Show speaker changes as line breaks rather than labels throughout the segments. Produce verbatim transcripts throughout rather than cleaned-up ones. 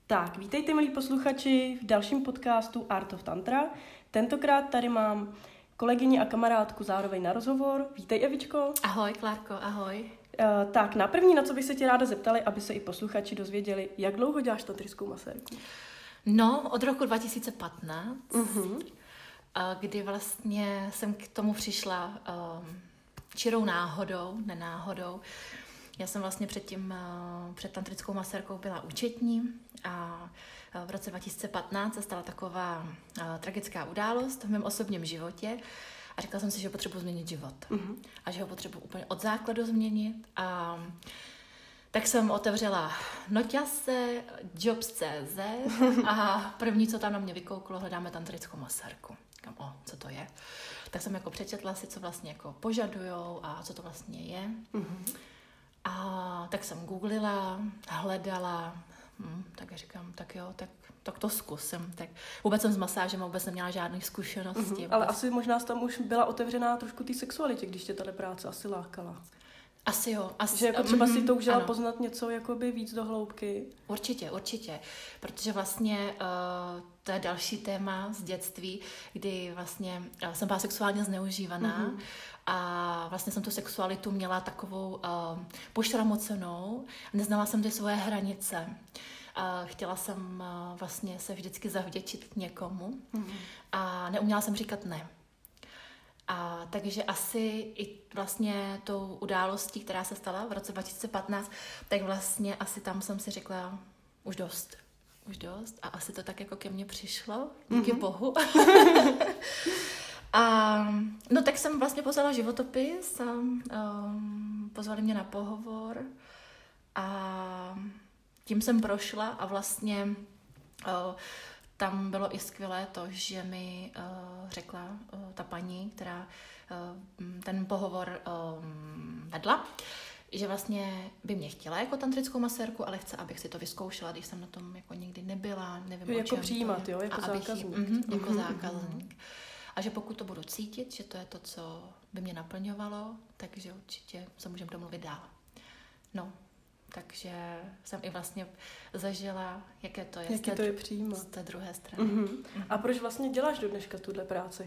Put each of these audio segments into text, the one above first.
Tak, vítejte milí posluchači v dalším podcastu Art of Tantra. Tentokrát tady mám kolegyni a kamarádku zároveň na rozhovor. Vítej, Evičko.
Ahoj, Klárko, ahoj.
Uh, tak, na první, na co bych se tě ráda zeptali, aby se i posluchači dozvěděli, jak dlouho děláš tantrickou masérku?
No, od roku dva tisíce patnáct,
Uh-huh.
kdy vlastně jsem k tomu přišla um, čirou náhodou, nenáhodou. Já jsem vlastně předtím, uh, před tantrickou masérkou byla účetní a uh, v roce dva tisíce patnáct se stala taková uh, tragická událost v mém osobním životě a řekla jsem si, že potřebuji změnit život. Uh-huh. A že ho potřebuji úplně od základu změnit a tak jsem otevřela Noťase, Jobs tečka cé zet a první, co tam na mě vykouklo, hledáme tantrickou masérku. Říkám, o, co to je? Tak jsem jako přečetla si, co vlastně jako požadujou a co to vlastně je. Uh-huh. A tak jsem googlila, hledala, hm, tak říkám, tak jo, tak, tak to zkusím. Tak vůbec jsem s masážem vůbec neměla žádné zkušenosti.
Uh-huh. Ale asi možná tam už byla otevřená trošku té sexualitě, když tě tato práce asi lákala.
Asi jo. Asi,
že jako třeba
mm,
si toužila
ano.
poznat něco jakoby víc do hloubky.
Určitě, určitě. Protože vlastně uh, to je další téma z dětství, kdy vlastně uh, jsem byla sexuálně zneužívaná mm-hmm. a vlastně jsem tu sexualitu měla takovou uh, pošramocenou. Neznala jsem ty svoje hranice. Uh, chtěla jsem uh, vlastně se vždycky zavděčit někomu mm-hmm. a neuměla jsem říkat ne. A takže asi i vlastně tou událostí, která se stala v roce dva tisíce patnáct, tak vlastně asi tam jsem si řekla už dost, už dost a asi to tak jako ke mně přišlo, díky mm-hmm. bohu. A no tak jsem vlastně poslala životopis a um, pozvali mě na pohovor a tím jsem prošla a vlastně uh, tam bylo i skvělé to, že mi uh, řekla uh, ta paní, která uh, ten pohovor um, vedla, že vlastně by mě chtěla jako tantrickou masérku, ale chce, abych si to vyzkoušela, když jsem na tom jako nikdy nebyla, nevím
jako
o čem
přijímat,
to je.
Jo, jako
a
zákazník.
Jí, mm, jako mm-hmm. zákazník. A že pokud to budu cítit, že to je to, co by mě naplňovalo, takže určitě se můžeme domluvit dál. No. Takže jsem i vlastně zažila, jaké to je,
Jaký to je přijímat.
Z té druhé strany.
Uh-huh. Uh-huh. A proč vlastně děláš do dneška tuhle práci?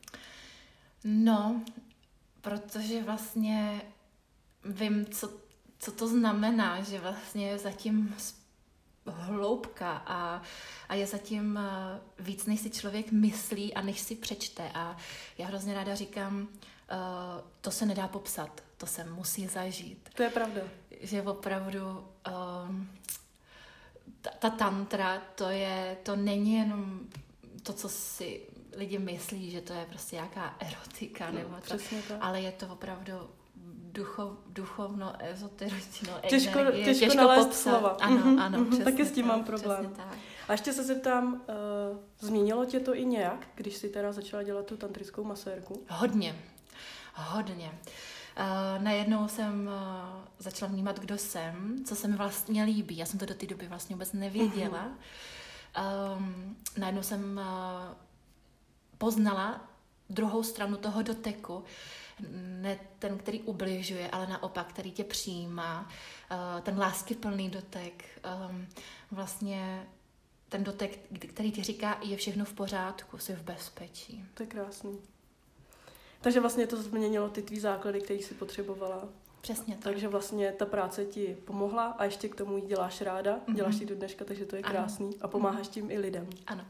No, protože vlastně vím, co, co to znamená, že vlastně je zatím hloubka a, a je zatím víc, než si člověk myslí a než si přečte. A já hrozně ráda říkám, uh, to se nedá popsat, to se musí zažít.
To je pravda.
Že opravdu um, ta, ta tantra, to je, to není jenom to, co si lidi myslí, že to je prostě nějaká erotika, no, nebo to, ale je to opravdu duchov, duchovno, ezoterično,
těžko,
energie,
těžko,
těžko
nalézt
popsat.
slova.
Ano,
mm-hmm,
ano,
mm-hmm,
přesně
taky s tím
tak,
mám problém.
Tak.
A ještě se zeptám, uh, změnilo tě to i nějak, když jsi teda začala dělat tu tantrickou masérku?
Hodně, hodně. Uh, najednou jsem uh, začala vnímat, kdo jsem, co se mi vlastně líbí. Já jsem to do té doby vlastně vůbec nevěděla. Uh-huh. Um, najednou jsem uh, poznala druhou stranu toho doteku. Ne ten, který ubližuje, ale naopak, který tě přijímá. Uh, ten láskyplný dotek. Um, vlastně ten dotek, který ti říká, je všechno v pořádku, jsi v bezpečí.
To je krásný. Takže vlastně to změnilo ty tvý základy, které jsi potřebovala.
Přesně tak.
Takže vlastně ta práce ti pomohla a ještě k tomu ji děláš ráda, mm-hmm. děláš ji do dneška, takže to je krásný ano. A pomáháš tím i lidem.
Ano.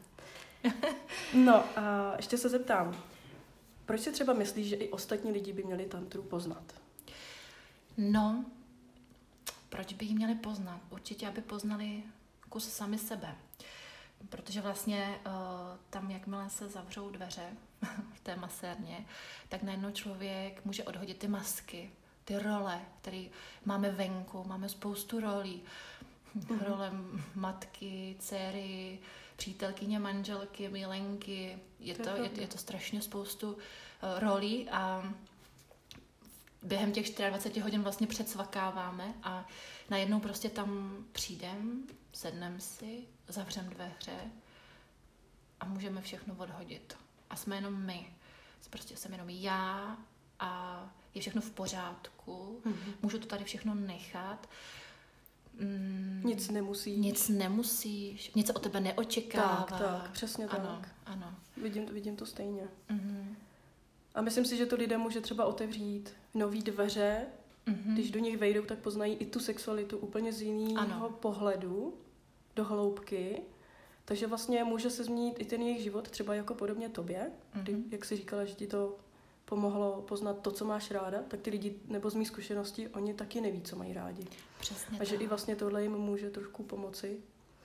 No a ještě se zeptám, proč si třeba myslíš, že i ostatní lidi by měli tantru poznat?
No, proč by ji měli poznat? Určitě, aby poznali kus sami sebe. Protože vlastně uh, tam, jakmile se zavřou dveře v té masérně, tak najednou člověk může odhodit ty masky, ty role, které máme venku, máme spoustu rolí. Mm-hmm. Role matky, dcery, přítelkyně, manželky, milenky. Je to, je, je to strašně spoustu uh, rolí a během těch dvacet čtyři hodin vlastně předsvakáváme a najednou prostě tam přijdem, sedneme si, zavřem dveře a můžeme všechno odhodit. A jsme jenom my. Prostě jsem jenom já a je všechno v pořádku. Mm-hmm. Můžu to tady všechno nechat. Mm,
nic nemusíš.
Nic nemusíš, nic od tebe neočekává.
Tak, tak, přesně
ano,
tak.
Ano.
Vidím, vidím to stejně.
Mm-hmm.
A myslím si, že to lidem může třeba otevřít nový dveře, mm-hmm. když do nich vejdou, tak poznají i tu sexualitu úplně z jiného pohledu, do hloubky. Takže vlastně může se změnit i ten jejich život, třeba jako podobně tobě, mm-hmm. kdy, jak jsi říkala, že ti to pomohlo poznat to, co máš ráda, tak ty lidi, nebo z mých zkušeností, oni taky neví, co mají rádi.
Přesně
A že
tak.
i vlastně tohle jim může trošku pomoci,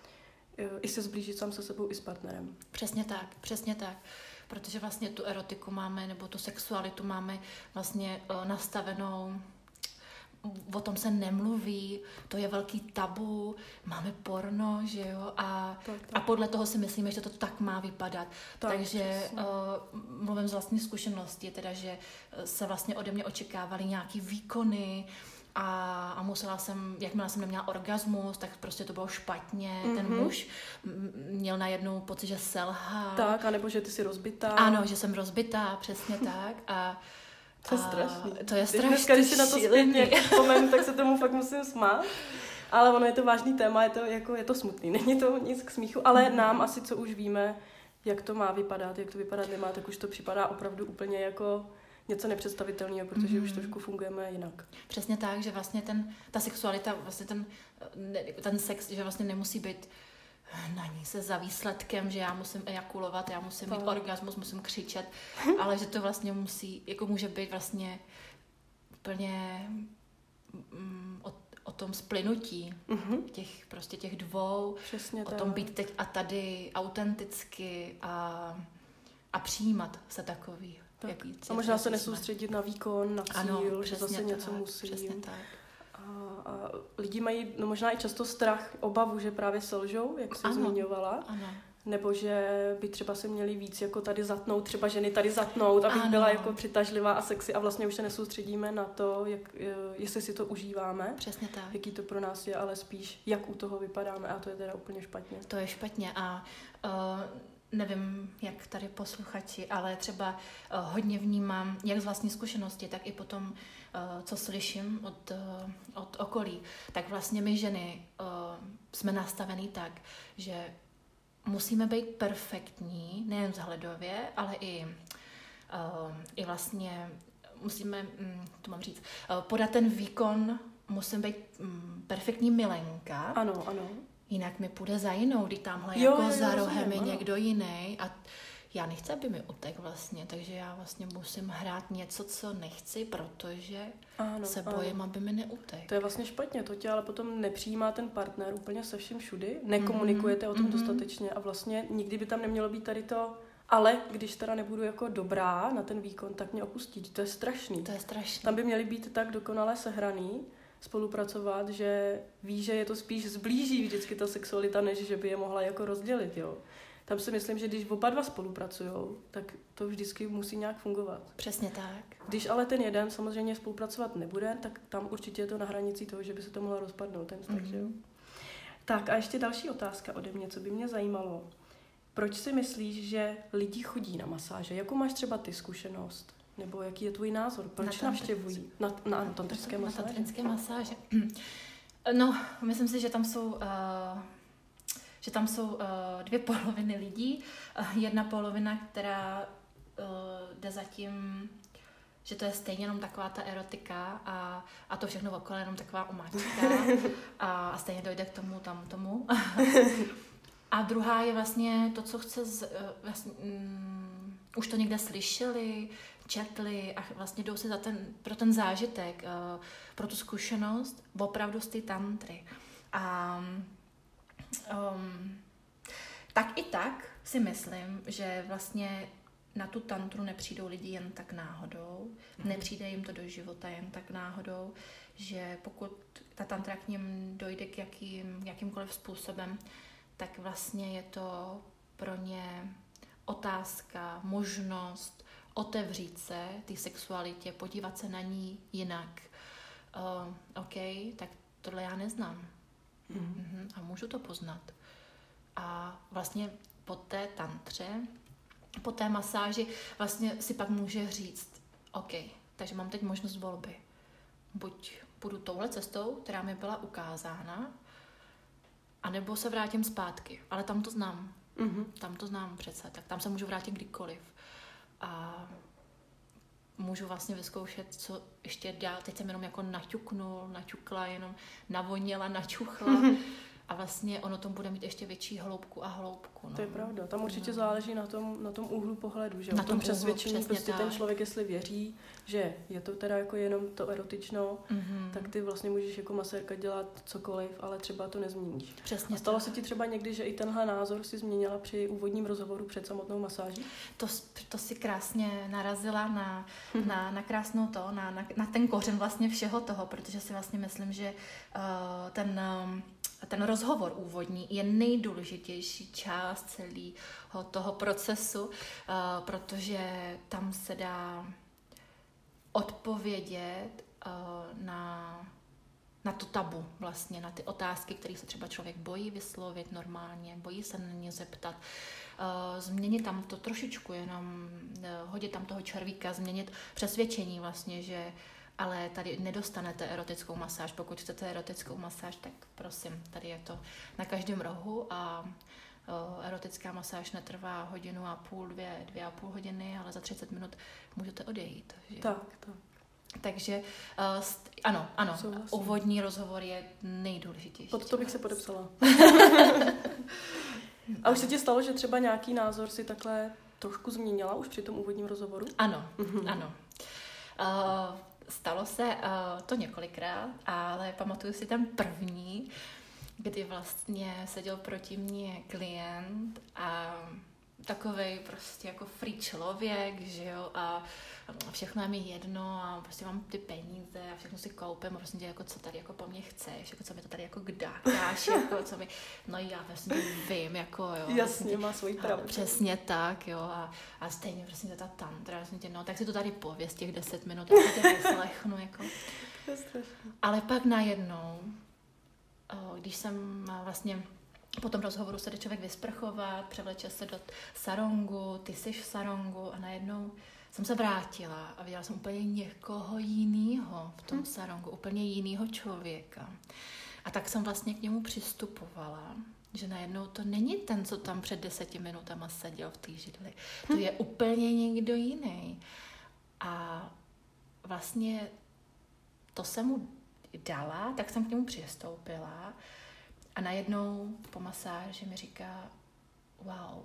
i se zblížit sám se sebou, i s partnerem.
Přesně tak, přesně tak. Protože vlastně tu erotiku máme, nebo tu sexualitu máme vlastně uh, nastavenou, o tom se nemluví, to je velký tabu, máme porno, že jo, a,
tak, tak.
a podle toho si myslíme, že to tak má vypadat. Tak, Takže uh, mluvím z vlastní zkušenosti, teda, že se vlastně ode mě očekávaly nějaký výkony, A, a musela jsem, jakmile jsem neměla orgasmus, tak prostě to bylo špatně. Mm-hmm. Ten muž měl najednou pocit, že selhal.
Tak, anebo že ty jsi rozbitá.
Ano, že jsem rozbitá, přesně tak. A,
to je strašný.
To je strašný.
Dneska, když si na to zpětně vzpomenu, tak se tomu fakt musím smát. Ale ono je to vážný téma, je to, jako, je to smutný. Není to nic k smíchu, ale mm-hmm. nám asi, co už víme, jak to má vypadat, jak to vypadat nemá, tak už to připadá opravdu úplně jako něco nepředstavitelného, protože mm-hmm. už trošku fungujeme jinak.
Přesně tak, že vlastně ten, ta sexualita, vlastně ten, ten sex, že vlastně nemusí být na ní se za výsledkem, že já musím ejakulovat, já musím mít orgasmus, musím křičet, ale že to vlastně musí, jako může být vlastně úplně mm, o, o tom splynutí mm-hmm. těch, prostě těch dvou,
Přesně
o
tak.
tom být teď a tady autenticky a, a přijímat se takový.
Tak.
Jaký,
a možná se nesoustředit na výkon, na cíl,
ano,
že zase
tak,
něco musím.
Přesně tak.
A, a lidi mají no možná i často strach, obavu, že právě selžou, jak jsi
ano,
zmiňovala.
Ano.
Nebo že by třeba se měli víc jako tady zatnout, třeba ženy tady zatnout, abych
ano.
byla jako přitažlivá a sexy a vlastně už se nesoustředíme na to, jak, jestli si to užíváme.
Přesně tak.
Jaký to pro nás je, ale spíš jak u toho vypadáme a to je teda úplně špatně.
To je špatně a uh, nevím, jak tady posluchači, ale třeba uh, hodně vnímám, jak z vlastní zkušenosti, tak i potom, uh, co slyším od, uh, od okolí, tak vlastně my ženy uh, jsme nastavený tak, že musíme být perfektní, nejen vzhledově, ale i, uh, i vlastně musíme, um, to mám říct, uh, podat ten výkon, musím být um, perfektní milenka.
Ano, ano.
Jinak mi půjde za jinou, když tamhle
jo,
jako
jo,
za rohem
rozumím,
je
ano.
někdo jiný a já nechci, aby mi utek vlastně, takže já vlastně musím hrát něco, co nechci, protože
ano,
se bojím,
ano.
aby mi neutek.
To je vlastně špatně, to tě ale potom nepřijímá ten partner úplně se vším všudy, nekomunikujete mm-hmm. o tom mm-hmm. dostatečně a vlastně nikdy by tam nemělo být tady to, ale když teda nebudu jako dobrá na ten výkon, tak mě opustí. To je strašný.
To je strašný.
Tam by měly být tak dokonale sehraný, spolupracovat, že ví, že je to spíš zblíží vždycky ta sexualita, než že by je mohla jako rozdělit, jo. Tam si myslím, že když oba dva spolupracujou, tak to vždycky musí nějak fungovat.
Přesně tak.
Když ale ten jeden samozřejmě spolupracovat nebude, tak tam určitě je to na hranici toho, že by se to mohlo rozpadnout, ten vztah, mm-hmm. jo. Tak a ještě další otázka ode mě, co by mě zajímalo. Proč si myslíš, že lidi chodí na masáže? Jakou máš třeba ty zkušenost? Nebo jaký je tvůj názor? Proč
na
navštěvují? Na, na, na tantrické masáže?
Na tantrické masáže. No, myslím si, že tam jsou, uh, že tam jsou uh, dvě poloviny lidí. Uh, jedna polovina, která uh, jde zatím, že to je stejně jenom taková ta erotika a, a to všechno okolo jenom taková omáčka a, a stejně dojde k tomu, tam tomu. A druhá je vlastně to, co chce z, uh, vlastně, um, už to někde slyšeli, četli a vlastně jdou si za ten, pro ten zážitek, uh, pro tu zkušenost opravdu z té tantry. A um, tak i tak si myslím, že vlastně na tu tantru nepřijdou lidi jen tak náhodou, mm-hmm. nepřijde jim to do života jen tak náhodou, že pokud ta tantra k ním dojde k jakým, jakýmkoliv způsobem, tak vlastně je to pro ně otázka, možnost otevřít se té sexualitě, podívat se na ní jinak. Uh, OK, tak tohle já neznám. Mm. Mm-hmm. A můžu to poznat. A vlastně po té tantře, po té masáži vlastně si pak může říct, OK, takže mám teď možnost volby. Buď půjdu touhle cestou, která mi byla ukázána, anebo se vrátím zpátky. Ale tam to znám. Mm-hmm. Tam to znám přece, tak tam se můžu vrátit kdykoliv. A můžu vlastně vyzkoušet, co ještě dál. Teď jsem jenom jako naťuknul, naťukla, jenom navoněla, načuchla. A vlastně ono tom bude mít ještě větší hloubku a hloubku. No.
To je pravda. Tam určitě no. záleží na tom, na tom úhlu pohledu, že? Na tom přesvědčení, prostě tak. Ten člověk, jestli věří, že je to teda jako jenom to erotično, mm-hmm. tak ty vlastně můžeš jako masérka dělat cokoliv, ale třeba to nezměníš.
Přesně.
A stalo se ti třeba někdy, že i tenhle názor si změnila při úvodním rozhovoru před samotnou masáží?
To, to si krásně narazila na, na, na krásnou to, na, na, na ten kořen vlastně všeho toho, protože si vlastně myslím, že uh, ten... Um, Ten rozhovor úvodní je nejdůležitější část celého toho procesu, uh, protože tam se dá odpovědět uh, na, na to tabu, vlastně, na ty otázky, které se třeba člověk bojí vyslovit normálně, bojí se na ně zeptat. Uh, změnit tam to trošičku, jenom uh, hodit tam toho červíka, změnit přesvědčení vlastně, že ale tady nedostanete erotickou masáž. Pokud chcete erotickou masáž, tak prosím, tady je to na každém rohu a o, erotická masáž netrvá hodinu a půl, dvě, dvě a půl hodiny, ale za třicet minut můžete odejít. Že?
Tak, tak.
Takže uh, st- ano, ano, Souhlasím. Úvodní rozhovor je nejdůležitější.
Pod to bych se podepsala. A už se ti stalo, že třeba nějaký názor si takhle trošku změnila už při tom úvodním rozhovoru?
Ano, ano. Uh, Stalo se uh, to několikrát, ale pamatuju si ten první, kdy vlastně seděl proti mně klient a takovej prostě jako free člověk, že jo, a všechno je mi jedno a prostě mám ty peníze a všechno si koupím a prostě jako co tady jako po mně chceš, jako co mi to tady jako dáš, jako co mi, no já vlastně vím, jako jo.
Jasně,
vlastně,
má svůj pravdu.
Přesně tak, jo, a, a stejně prostě ta tantra, vlastně, no tak si to tady pověz těch deset minut, tak si to vyslechnu, jako. Ale pak najednou, když jsem vlastně po tom rozhovoru se jde člověk vysprchovat, převleče se do sarongu, ty jsi v sarongu a najednou jsem se vrátila a viděla jsem úplně někoho jinýho v tom sarongu, úplně jinýho člověka. A tak jsem vlastně k němu přistupovala, že najednou to není ten, co tam před deseti minutama seděl v té židli. To je úplně někdo jiný. A vlastně to jsem mu dala, tak jsem k němu přistoupila a najednou po masáži mi říká, wow,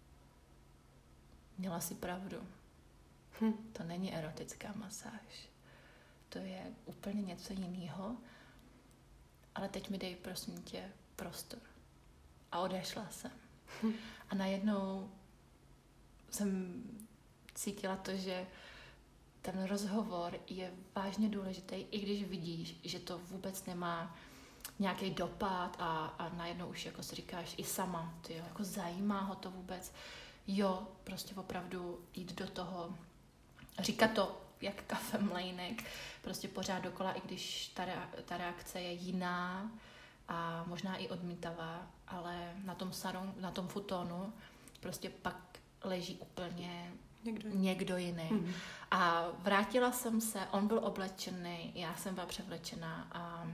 měla jsi pravdu. Hm. To není erotická masáž. To je úplně něco jiného. Ale teď mi dej, prosím tě, prostor. A odešla jsem. Hm. A najednou jsem cítila to, že ten rozhovor je vážně důležitý, i když vidíš, že to vůbec nemá nějaký dopad a, a najednou už jako si říkáš i sama, ty jo, jako zajímá ho to vůbec. Jo, prostě opravdu jít do toho, říkat to jak kafe mlejnek, prostě pořád dokola, i když ta, ta reakce je jiná a možná i odmítavá, ale na tom sarong, na tom futonu prostě pak leží úplně
někdo,
někdo jiný. Mm-hmm. A vrátila jsem se, on byl oblečený, já jsem byla převlečená a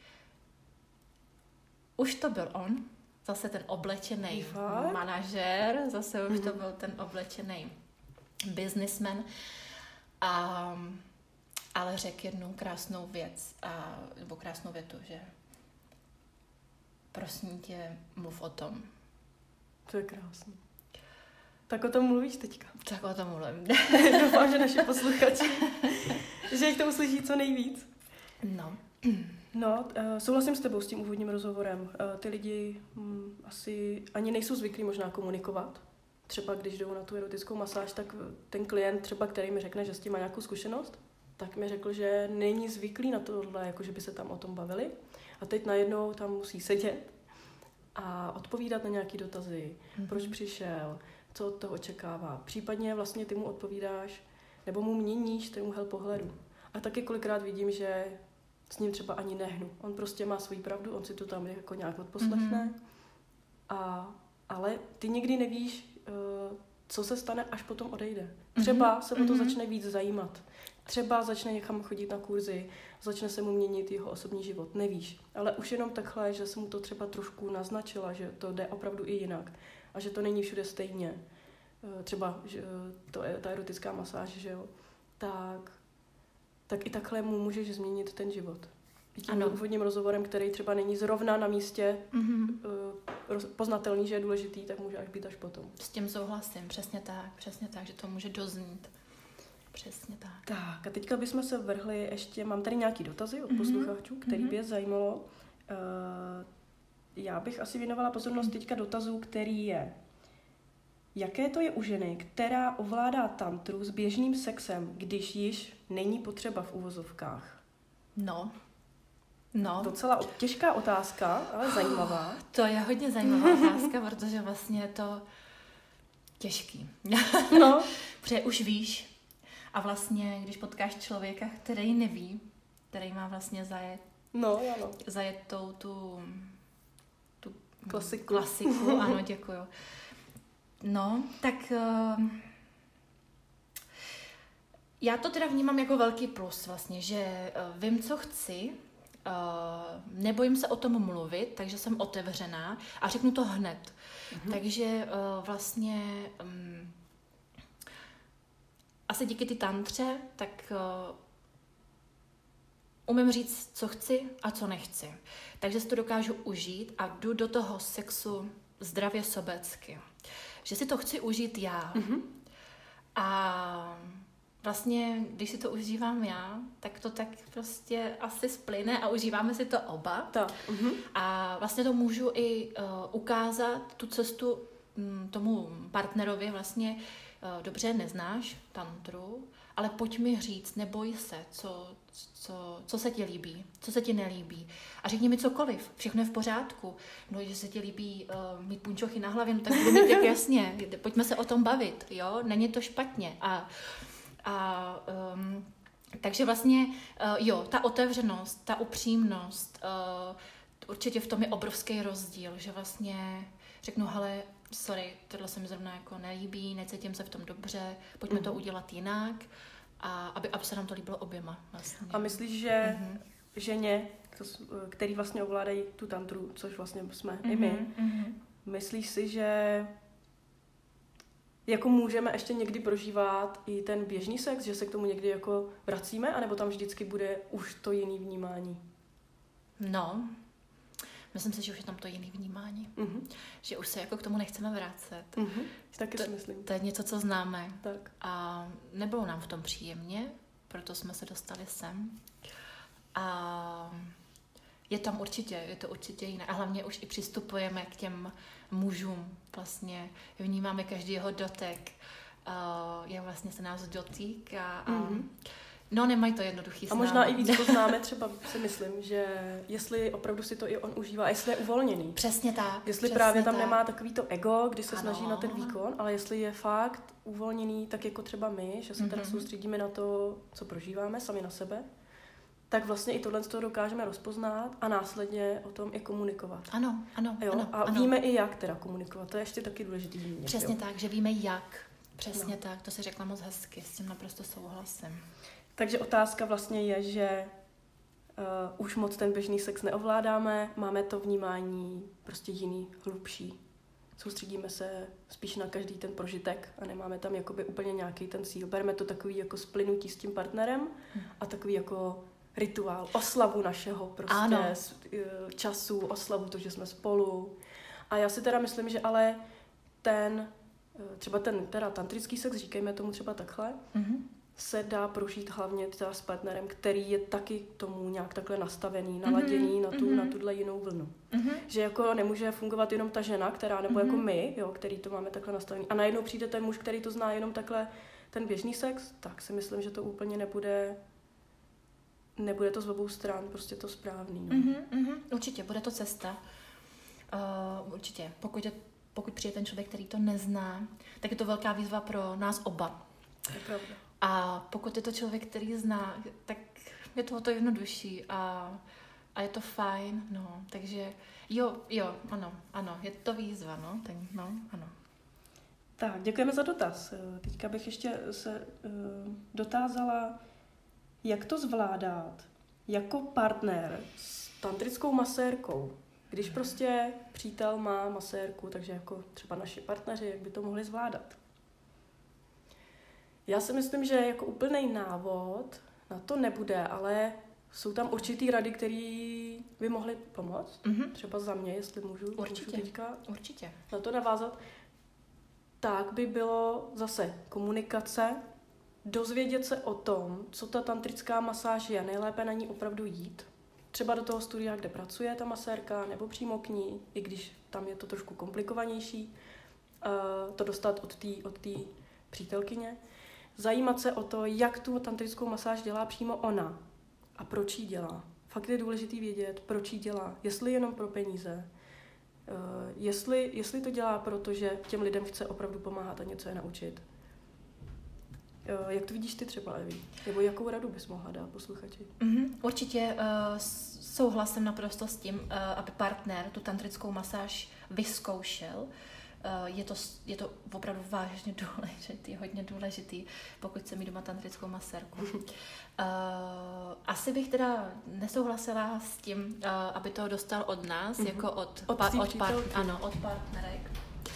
už to byl on, zase ten oblečený manažer, zase už mm-hmm. to byl ten oblečený businessman, a, ale řekl jednu krásnou věc, a, nebo krásnou větu, že prosím tě, mluv o tom.
To je krásné. Tak o tom mluvíš teďka.
Tak o tom mluvím.
Doufám, že naši posluchači, že jich to uslyší co nejvíc.
No.
No, uh, souhlasím s tebou s tím úvodním rozhovorem. Uh, ty lidi um, asi ani nejsou zvyklí možná komunikovat. Třeba když jdou na tu erotickou masáž, tak ten klient třeba, který mi řekne, že s tím má nějakou zkušenost, tak mi řekl, že není zvyklý na tohle, jako že by se tam o tom bavili. A teď najednou tam musí sedět a odpovídat na nějaké dotazy. Mm-hmm. Proč přišel, co od toho očekává. Případně vlastně ty mu odpovídáš, nebo mu měníš ten úhel pohledu. A taky kolikrát vidím, že s ním třeba ani nehnu. On prostě má svou pravdu, on si to tam jako nějak odposlechne. Mm-hmm. A, ale ty nikdy nevíš, uh, co se stane, až potom odejde. Třeba mm-hmm. se o to mm-hmm. začne víc zajímat. Třeba začne někam chodit na kurzy, začne se mu měnit jeho osobní život, nevíš. Ale už jenom takhle, že se mu to třeba trošku naznačila, že to jde opravdu i jinak a že to není všude stejně. Třeba že to je ta erotická masáž, že jo. Tak, tak i takhle mu můžeš změnit ten život. I tím úvodním rozhovorem, který třeba není zrovna na místě mm-hmm. poznatelný, že je důležitý, tak může až být až potom.
S tím souhlasím, přesně tak, přesně tak, že to může doznít. Přesně tak.
Tak a teďka bychom se vrhli ještě, mám tady nějaký dotazy od mm-hmm. posluchačů, který mm-hmm. by je zajímalo. Uh, já bych asi věnovala pozornost teďka dotazu, který je, jaké to je u ženy, která ovládá tantru s běžným sexem, když již není potřeba v uvozovkách?
No, no.
Docela těžká otázka, ale zajímavá.
To je hodně zajímavá otázka, protože vlastně je to těžký.
No.
Protože už víš, a vlastně, když potkáš člověka, který neví, který má vlastně zajet,
no, ano.
zajetou tu, tu
klasiku.
klasiku, ano, děkuju. No, tak uh, já to teda vnímám jako velký plus vlastně, že uh, vím, co chci, uh, nebojím se o tom mluvit, takže jsem otevřená a řeknu to hned. Mhm. Takže uh, vlastně um, asi díky ty tantře, tak uh, umím říct, co chci a co nechci. Takže si to dokážu užít a jdu do toho sexu zdravě sobecky. Že si to chci užít já. Mm-hmm. A vlastně, když si to užívám já, tak to tak prostě asi splyne a užíváme si to oba.
Tak. Mm-hmm.
A vlastně to můžu i uh, ukázat tu cestu m, tomu partnerovi vlastně, uh, dobře, neznáš tantru, ale pojď mi říct, neboj se, co, co, co se ti líbí, co se ti nelíbí. A řekni mi cokoliv, všechno je v pořádku. No, že se ti líbí uh, mít punčochy na hlavě, no tak budu mít tak jasně, pojďme se o tom bavit, jo, není to špatně. A, a um, takže vlastně, uh, jo, ta otevřenost, ta upřímnost, uh, určitě v tom je obrovský rozdíl, že vlastně řeknu, hele, sorry, tohle se mi zrovna jako nelíbí, necítím se v tom dobře, pojďme mm-hmm. to udělat jinak, a aby, aby se nám to líbilo oběma. Vlastně.
A myslíš, že mm-hmm. ženě, který vlastně ovládají tu tantru, což vlastně jsme mm-hmm. i my, mm-hmm. myslíš si, že jako můžeme ještě někdy prožívat i ten běžný sex, že se k tomu někdy jako vracíme, anebo tam vždycky bude už to jiný vnímání?
No, myslím si, že už je tam to jiný vnímání. Mm-hmm. Že už se jako k tomu nechceme vracet.
Mm-hmm. Taky si myslím.
To je něco, co známe.
Tak.
A nebylo nám v tom příjemně, proto jsme se dostali sem. A je tam určitě, je to určitě jiné. A hlavně už i přistupujeme k těm mužům. Vlastně vnímáme každý jeho dotek. Uh, jak vlastně se nás dotýká. A mm-hmm. No, nemají to jednoduchý.
A možná i víc poznáme, třeba si myslím, že jestli opravdu si to i on užívá, a jestli je uvolněný.
Přesně tak.
Jestli
přesně
právě tam
tak.
nemá takový to ego, kdy se
ano.
snaží na ten výkon, ale jestli je fakt uvolněný, tak jako třeba my, že se mm-hmm. teda soustředíme na to, co prožíváme, sami na sebe, tak vlastně i tohle z toho dokážeme rozpoznat a následně o tom i komunikovat.
Ano, ano,
jo?
ano.
A
ano.
víme i jak teda komunikovat, to je ještě taky důležitý zmínit.
Přesně
jo?
tak, že víme jak. Přesně
no.
tak, to si řekla moc hezky, s tím naprosto souhlasím.
Takže otázka vlastně je, že uh, už moc ten běžný sex neovládáme, máme to vnímání prostě jiný, hlubší. Soustředíme se spíš na každý ten prožitek a nemáme tam jakoby úplně nějaký ten cíl. Bereme to takový jako splynutí s tím partnerem hmm. a takový jako rituál, oslavu našeho prostě
ano.
času, oslavu to, že jsme spolu. A já si teda myslím, že ale ten, třeba ten teda tantrický sex, říkejme tomu třeba takhle, mm-hmm. se dá prožít hlavně teda s partnerem, který je taky tomu nějak takhle nastavený, naladěný mm-hmm. na, tu, mm-hmm. na tuhle jinou vlnu. Mm-hmm. Že jako nemůže fungovat jenom ta žena, která, nebo mm-hmm. jako my, jo, který to máme takhle nastavený. A najednou přijde ten muž, který to zná jenom takhle, ten běžný sex, tak si myslím, že to úplně nebude, nebude to z obou stran prostě to správný. No.
Mm-hmm, mm-hmm. Určitě, bude to cesta. Uh, určitě, pokud, je, pokud přijde ten člověk, který to nezná, tak je to velká výzva pro nás oba.
To je pravda.
A pokud je to člověk, který zná, tak je to o to jednodušší a, a je to fajn, no, takže jo, jo, ano, ano, je to výzva, no, tak, no, ano.
Tak, děkujeme za dotaz. Teďka bych ještě se uh, dotázala, jak to zvládat jako partner s tantrickou masérkou. Když prostě přítel má masérku, takže jako třeba naši partneři, jak by to mohli zvládat. Já si myslím, že jako úplný návod na to nebude, ale jsou tam určitý rady, které by mohly pomoct. Mm-hmm. Třeba za mě, jestli můžu,
Určitě.
můžu teďka
Určitě.
na to navázat. Tak by bylo zase komunikace, dozvědět se o tom, co ta tantrická masáž je, nejlépe na ní opravdu jít. Třeba do toho studia, kde pracuje ta masérka, nebo přímo k ní, i když tam je to trošku komplikovanější, to dostat od té od té přítelkyně. Zajímat se o to, jak tu tantrickou masáž dělá přímo ona a proč ji dělá. Fakt je důležitý vědět, proč ji dělá. Jestli jenom pro peníze, jestli, jestli to dělá, protože těm lidem chce opravdu pomáhat a něco je naučit. Jak to vidíš ty třeba, Evi? Nebo jakou radu bys mohla dát posluchači?
Mm-hmm, určitě uh, souhlasím naprosto s tím, uh, aby partner tu tantrickou masáž vyzkoušel. Uh, je, to, je to opravdu vážně důležitý, hodně důležitý, pokud chce mít doma tantrickou masérku. Uh, asi bych teda nesouhlasila s tím, uh, aby to dostal od nás, mm-hmm. jako od,
od,
pa, od, part, ano, od partnerek.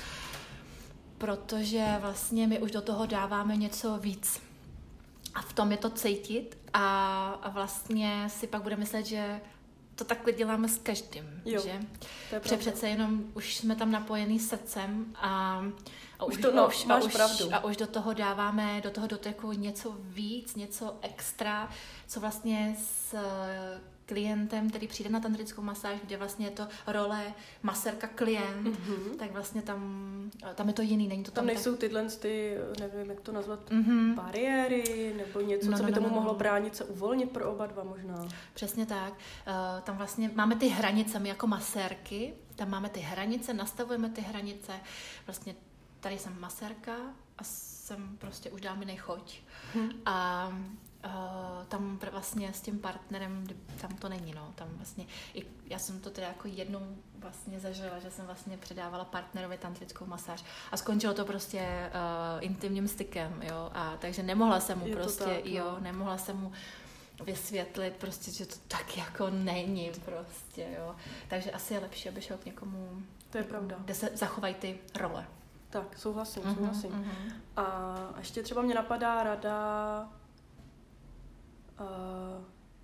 Protože vlastně my už do toho dáváme něco víc. A v tom je to cítit a, a vlastně si pak bude myslet, že to takhle děláme s každým,
jo,
že?
Protože
přece jenom už jsme tam napojený srdcem a, a, už,
to, no,
a, už,
máš
a, už,
pravdu.
a už do toho dáváme, do toho doteku něco víc, něco extra, co vlastně s klientem, který přijde na tantrickou masáž, kde vlastně je to role masérka klient, mm-hmm. tak vlastně tam, tam je to jiný, není to tam,
tam nejsou
tak...
tyhle ty, nevím, jak to nazvat,
mm-hmm.
bariéry, nebo něco,
no,
co
no,
by
no,
tomu
no,
mohlo
no.
bránit se uvolnit pro oba dva možná.
Přesně tak. Uh, tam vlastně máme ty hranice, my jako masérky, tam máme ty hranice, nastavujeme ty hranice. Vlastně tady jsem masérka a jsem prostě už dá mi nechoď. Hmm. A uh, tam vlastně s tím partnerem, tam to není, no. Tam vlastně, i, já jsem to teda jako jednou vlastně zažila, že jsem vlastně předávala partnerovi tantrickou masáž a skončilo to prostě uh, intimním stykem, jo. A takže nemohla jsem mu
Je
prostě,
tak,
jo,
no.
nemohla jsem mu vysvětlit prostě, že to tak jako není prostě, jo. Takže asi je lepší, aby šel k někomu,
To je pravda.
kde se zachovají ty role.
Tak, souhlasím,
uh-huh,
souhlasím.
Uh-huh.
A ještě třeba mě napadá rada, uh,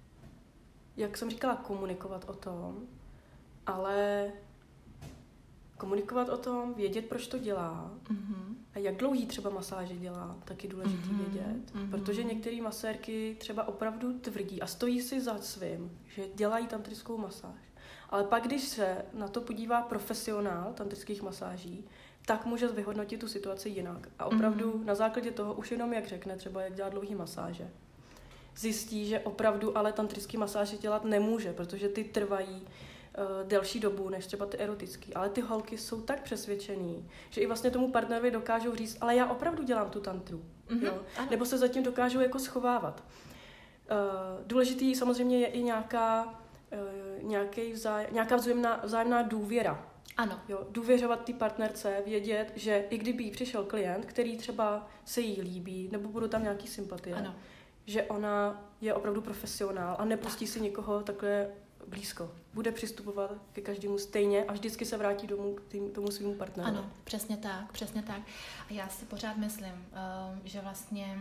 jak jsem říkala, komunikovat o tom, ale komunikovat o tom, vědět, proč to dělá
Uh-huh.
a jak dlouhý třeba masáže dělá, taky důležitý uh-huh. vědět. Uh-huh. Protože některé masérky třeba opravdu tvrdí a stojí si za svým, že dělají tantrickou masáž. Ale pak, když se na to podívá profesionál tantrických masáží, tak může vyhodnotit tu situaci jinak. A opravdu mm-hmm. na základě toho už jenom jak řekne, třeba jak dělat dlouhý masáže, zjistí, že opravdu ale tantrický masáže dělat nemůže, protože ty trvají uh, delší dobu než třeba ty erotický. Ale ty holky jsou tak přesvědčený, že i vlastně tomu partnerovi dokážou říct, ale já opravdu dělám tu tantru. Mm-hmm. Jo? Nebo se zatím dokážou jako schovávat. Uh, důležitý samozřejmě je i nějaká, uh, nějaký vzáj, nějaká vzájemná, vzájemná důvěra.
Ano.
Jo, důvěřovat té partnerce, vědět, že i kdyby jí přišel klient, který třeba se jí líbí, nebo budou tam nějaký sympatie,
ano.
že ona je opravdu profesionál a nepustí tak. si někoho takhle blízko. Bude přistupovat ke každému stejně a vždycky se vrátí domů k tým, tomu svému partnerovi.
Ano, přesně tak, přesně tak. A já si pořád myslím, um, že vlastně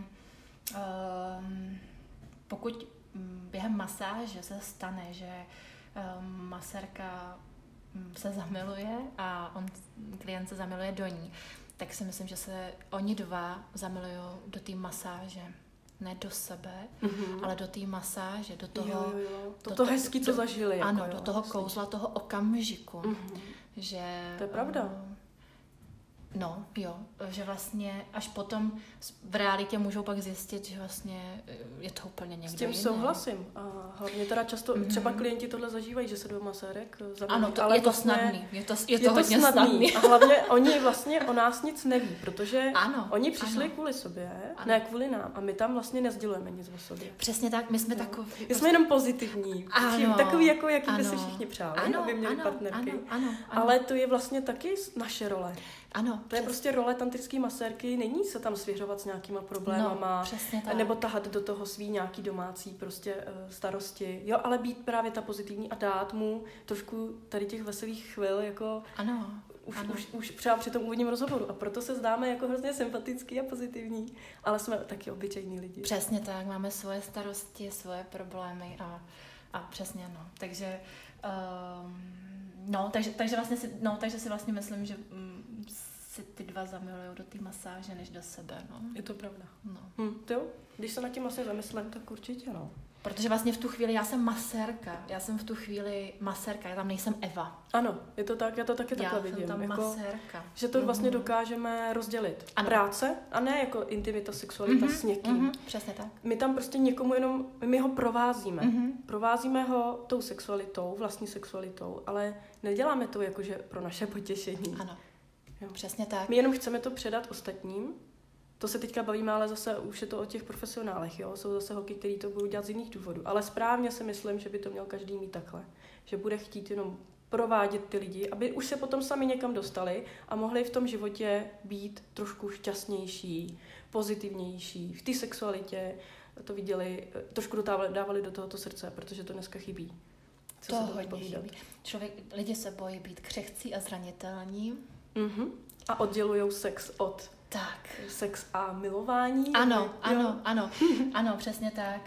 um, pokud během masáže se stane, že um, masérka se zamiluje a on, klient se zamiluje do ní, tak si myslím, že se oni dva zamilují do té masáže. Ne do sebe, mm-hmm. ale do té masáže, do toho...
Jo, jo, jo. To,
do
to
to,
hezký, co
do,
zažili.
Ano,
jako,
do
jo,
toho
vlastně.
kouzla, toho okamžiku.
Mm-hmm.
Že...
To je pravda.
Um, No, jo, že vlastně až potom v realitě můžou pak zjistit, že vlastně je to úplně někdo jiný.
S tím souhlasím. A hlavně teda často mm-hmm. třeba klienti tohle zažívají, že se do masérek zamilují.
Ano, to,
ale
je to
vlastně
snadný. Je to, je
je
to,
to
hodně
snadný.
snadný.
A hlavně oni vlastně o nás nic neví, protože
ano,
oni přišli
ano.
kvůli sobě,
ano.
ne kvůli nám. A my tam vlastně nezdělujeme nic o sobě.
Přesně tak, my jsme no. takový...
My jsme jenom pozitivní.
Ano,
takový, jako jaký
ano,
by si všichni přáli,
ano,
aby měli
ano,
partnerky.
Ano, ano, ano.
Ale to je vlastně taky naše role.
Ano, Ano.
To je prostě role tantrické masérky, není se tam svěřovat s nějakýma problémama,
no, přesně tak.
nebo tahat do toho svý nějaký domácí prostě uh, starosti, jo, ale být právě ta pozitivní a dát mu trošku tady těch veselých chvil, jako
ano,
už,
ano.
už, už třeba při tom úvodním rozhovoru a proto se zdáme jako hrozně sympatický a pozitivní, ale jsme taky obyčejní lidi.
Přesně tak, máme svoje starosti, svoje problémy a, a přesně, no, takže um, no, takže, takže vlastně si, no, takže si vlastně myslím, že um, si ty dva zamilujou do té masáže, než do sebe, no.
Je to pravda.
No.
Hm, jo, když se nad tím vlastně zamyslím, tak určitě, no.
Protože vlastně v tu chvíli, já jsem masérka, já jsem v tu chvíli masérka, já tam nejsem Eva.
Ano, je to tak, já to taky takhle vidím.
Já jsem tam
jako,
masérka.
že to vlastně dokážeme rozdělit.
Ano.
Práce a ne jako intimita, sexualita
mm-hmm,
s někým.
Mm-hmm, přesně tak.
My tam prostě někomu jenom, my ho provázíme.
Mm-hmm.
Provázíme ho tou sexualitou, vlastní sexualitou, ale neděláme to jakože pro naše potěšení.
Ano,
jo.
Přesně tak.
My jenom chceme to předat ostatním. To se teďka bavíme, ale zase už je to o těch profesionálech, jo? Jsou zase holky, který to budou dělat z jiných důvodů. Ale správně si myslím, že by to měl každý mít takhle. Že bude chtít jenom provádět ty lidi, aby už se potom sami někam dostali a mohli v tom životě být trošku šťastnější, pozitivnější, v té sexualitě to viděli, trošku dávali, dávali do tohoto srdce, protože to dneska chybí. Co
to hodně chybí. Člověk, lidi se bojí být křehcí a zranitelní.
Mm-hmm. A oddělujou sex od
tak.
sex a milování.
Ano,
jo?
ano, ano, ano, přesně tak.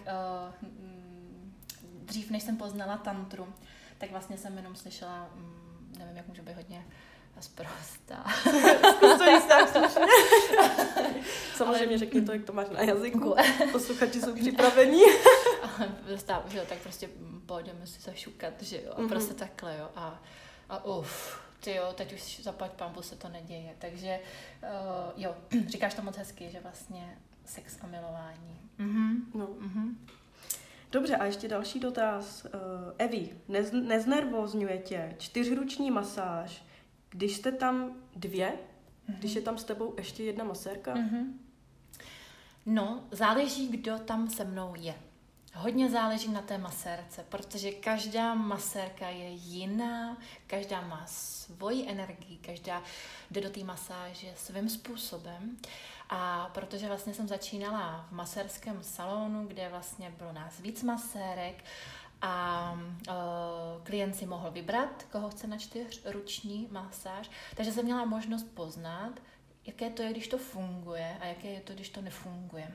Dřív, než jsem poznala tantru, tak vlastně jsem jenom slyšela, nevím, jak můžu být hodně sprostá.
Zkus to jíst tak slušně. Samozřejmě řekni to, jak to máš na jazyku. Posluchači jsou připravení.
Ale že jo, tak prostě půjdeme si zašukat, že jo, a prostě takhle, jo, a, a uf. Ty jo, teď už zaplať pánbu se to neděje, takže uh, jo, říkáš to moc hezky, že vlastně sex a milování.
Mm-hmm. No. Mm-hmm. Dobře, a ještě další dotaz. Uh, Evi, nez, neznervózňuje tě čtyřruční masáž, když jste tam dvě, mm-hmm. když je tam s tebou ještě jedna masérka?
Mm-hmm. No, záleží, kdo tam se mnou je. Hodně záleží na té masérce, protože každá masérka je jiná, každá má svoji energii, každá jde do té masáže svým způsobem. A protože vlastně jsem začínala v masérském salonu, kde vlastně bylo nás víc masérek a uh, klient si mohl vybrat, koho chce na čtyřruční masáž, takže jsem měla možnost poznat, jaké to je, když to funguje a jaké je to, když to nefunguje.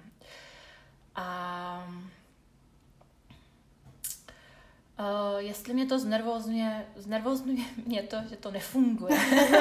A Uh, jestli mě to znervózňuje, znervózňuje mě to, že to nefunguje.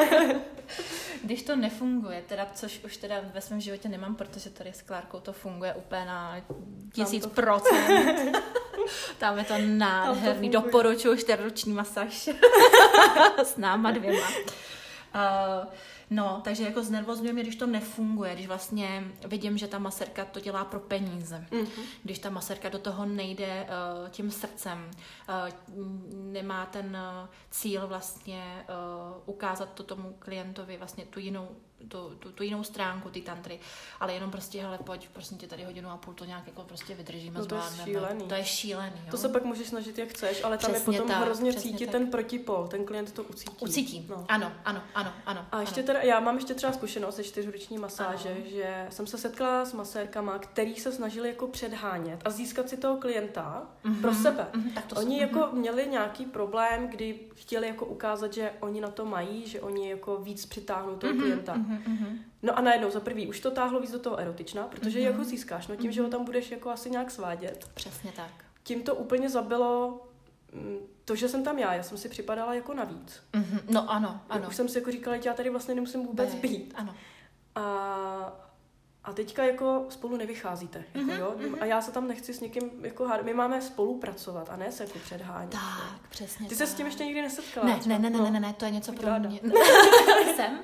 Když to nefunguje, teda, což už teda ve svém životě nemám, protože tady s Klárkou to funguje úplně na tisíc procent. Tam je to nádherný, doporučuji čtyřruční masáž s náma dvěma. Uh, no, takže jako znervózňuje mě, když to nefunguje, když vlastně vidím, že ta masérka to dělá pro peníze. Mm-hmm. Když ta masérka do toho nejde uh, tím srdcem, uh, nemá ten uh, cíl vlastně uh, ukázat to tomu klientovi vlastně tu jinou Tu, tu, tu jinou stránku ty tantry, ale jenom prostě, hele, pojď, prosím tě, tady hodinu a půl to nějak jako prostě vydržíme,
no to
zvládneme.
Je šílený.
To je šílený, jo?
To se pak můžeš snažit, jak chceš, ale tam přesně je potom tak, hrozně cítit tak. Ten protipol, ten klient to ucítí.
Ucítí, no. ano, ano, ano, ano.
A ještě
ano.
teda, já mám ještě třeba zkušenost ze čtyřruční masáže, ano. že jsem se setkala s masérkama, který se snažili jako předhánět a získat si toho klienta mm-hmm. pro sebe. Mm-hmm. Tak to oni jsou, jako mm-hmm. měli nějaký problém, kdy chtěli jako ukázat, že oni na to mají, že oni jako víc přitáhnou toho mm-hmm. klienta. Mm-hmm. No a najednou za prvý už to táhlo víc do toho erotična, protože mm-hmm. jak ho získáš, no tím, mm-hmm. že ho tam budeš jako asi nějak svádět.
Přesně tak.
Tím to úplně zabilo to, že jsem tam já, já jsem si připadala jako navíc.
Mm-hmm. No ano, ano.
Už jsem si jako říkala, že já tady vlastně nemusím vůbec Be, být.
Ano.
A, a teďka jako spolu nevycházíte. Jako, mm-hmm. jo? A já se tam nechci s někým jako hádat. My máme spolupracovat a ne se jako předhánět.
Tak, přesně
Ty
tak.
se s tím ještě nikdy nesetkala?
Ne, ne, ne, ne, ne, ne, to je něco pro
ráda.
mě. Jsem.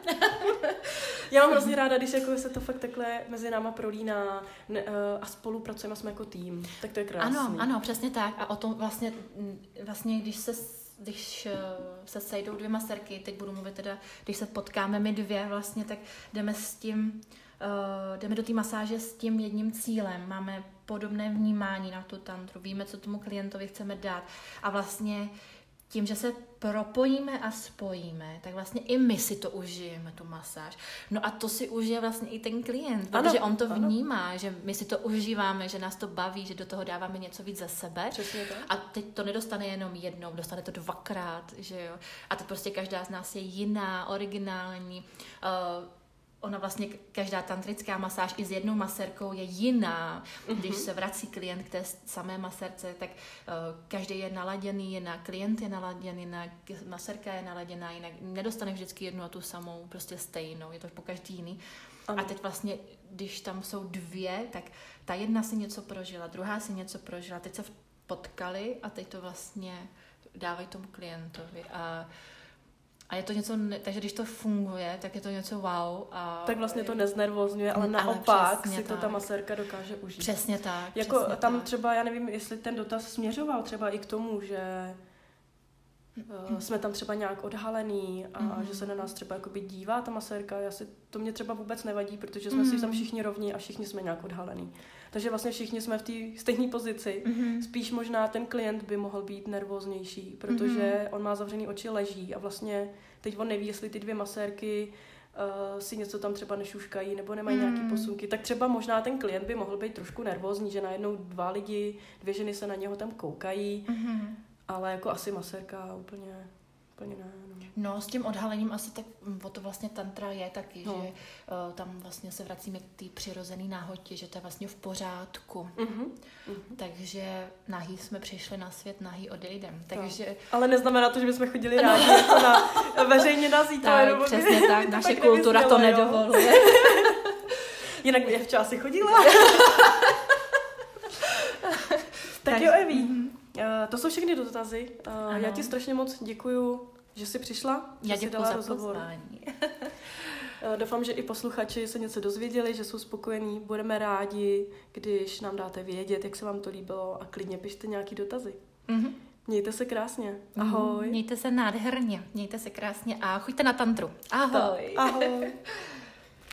Já mám hrozně ráda, když jako se to fakt takhle mezi náma prolíná ne, a spolupracujeme, jsme jako tým. Tak to je krásný.
Ano, ano, přesně tak. A o tom vlastně, vlastně když se, když se sejdou dvě masérky, teď budu mluvit teda, když se potkáme my dvě vlastně, tak jdeme s tím, uh, jdeme do té masáže s tím jedním cílem. Máme podobné vnímání na tu tantru, víme, co tomu klientovi chceme dát. A vlastně tím, že se propojíme a spojíme, tak vlastně i my si to užijeme, tu masáž. No a to si užije vlastně i ten klient, ano, protože on to ano. vnímá, že my si to užíváme, že nás to baví, že do toho dáváme něco víc za sebe.
Přesně tak.
A teď to nedostane jenom jednou, dostane to dvakrát, že jo. A teď prostě každá z nás je jiná, originální. Uh, Ona vlastně, každá tantrická masáž i s jednou masérkou je jiná. Mm-hmm. Když se vrací klient k té samé masérce, tak uh, každý je naladěný jinak, klient je naladěný jinak, masérka je naladěná jinak. Nedostane vždycky jednu a tu samou, prostě stejnou, je to po každý jiný. Ano. A teď vlastně, když tam jsou dvě, tak ta jedna si něco prožila, druhá si něco prožila, teď se potkali a teď to vlastně dávají tomu klientovi. A A je to něco, takže když to funguje, tak je to něco wow. A
tak vlastně to neznervózňuje, ale naopak si tak. to ta masérka dokáže užít.
Přesně tak.
Jako
přesně
tam
tak.
třeba, já nevím, jestli ten dotaz směřoval třeba i k tomu, že uh, jsme tam třeba nějak odhalený a mm. že se na nás třeba jakoby dívá ta masérka. Já si, to mě třeba vůbec nevadí, protože jsme mm. si tam všichni rovní a všichni jsme nějak odhalený. Takže vlastně všichni jsme v té stejné pozici. Mm-hmm. Spíš možná ten klient by mohl být nervóznější, protože mm-hmm. on má zavřený oči, leží a vlastně teď on neví, jestli ty dvě masérky uh, si něco tam třeba nešuškají nebo nemají mm. nějaký posunky. Tak třeba možná ten klient by mohl být trošku nervózní, že najednou dva lidi, dvě ženy se na něho tam koukají, mm-hmm. ale jako asi masérka úplně... Ne, no.
no, s tím odhalením asi tak, o to vlastně tantra je taky, no. že uh, tam vlastně se vracíme k té přirozené náhotě, že to je vlastně v pořádku. Uh-huh. Uh-huh. Takže nahý jsme přišli na svět, nahý odejdem. Takže...
No. Ale neznamená to, že bychom chodili no. rádi jako na veřejně nazít.
Tak, přesně tak, naše kultura to nedovoluje.
Jinak by Evča asi chodila. Tak, tak jo, Eví. Uh-huh. Uh, to jsou všechny dotazy. Uh, já ti strašně moc děkuju, že jsi přišla.
Já
že jsi
děkuju
dala
za
rozhovor.
pozvání.
uh, doufám, že i posluchači se něco dozvěděli, že jsou spokojení. Budeme rádi, když nám dáte vědět, jak se vám to líbilo a klidně pište nějaký dotazy. Mm-hmm. Mějte se krásně. Ahoj.
Mějte se nádherně. Mějte se krásně a choďte na tantru. Ahoj.
Ahoj.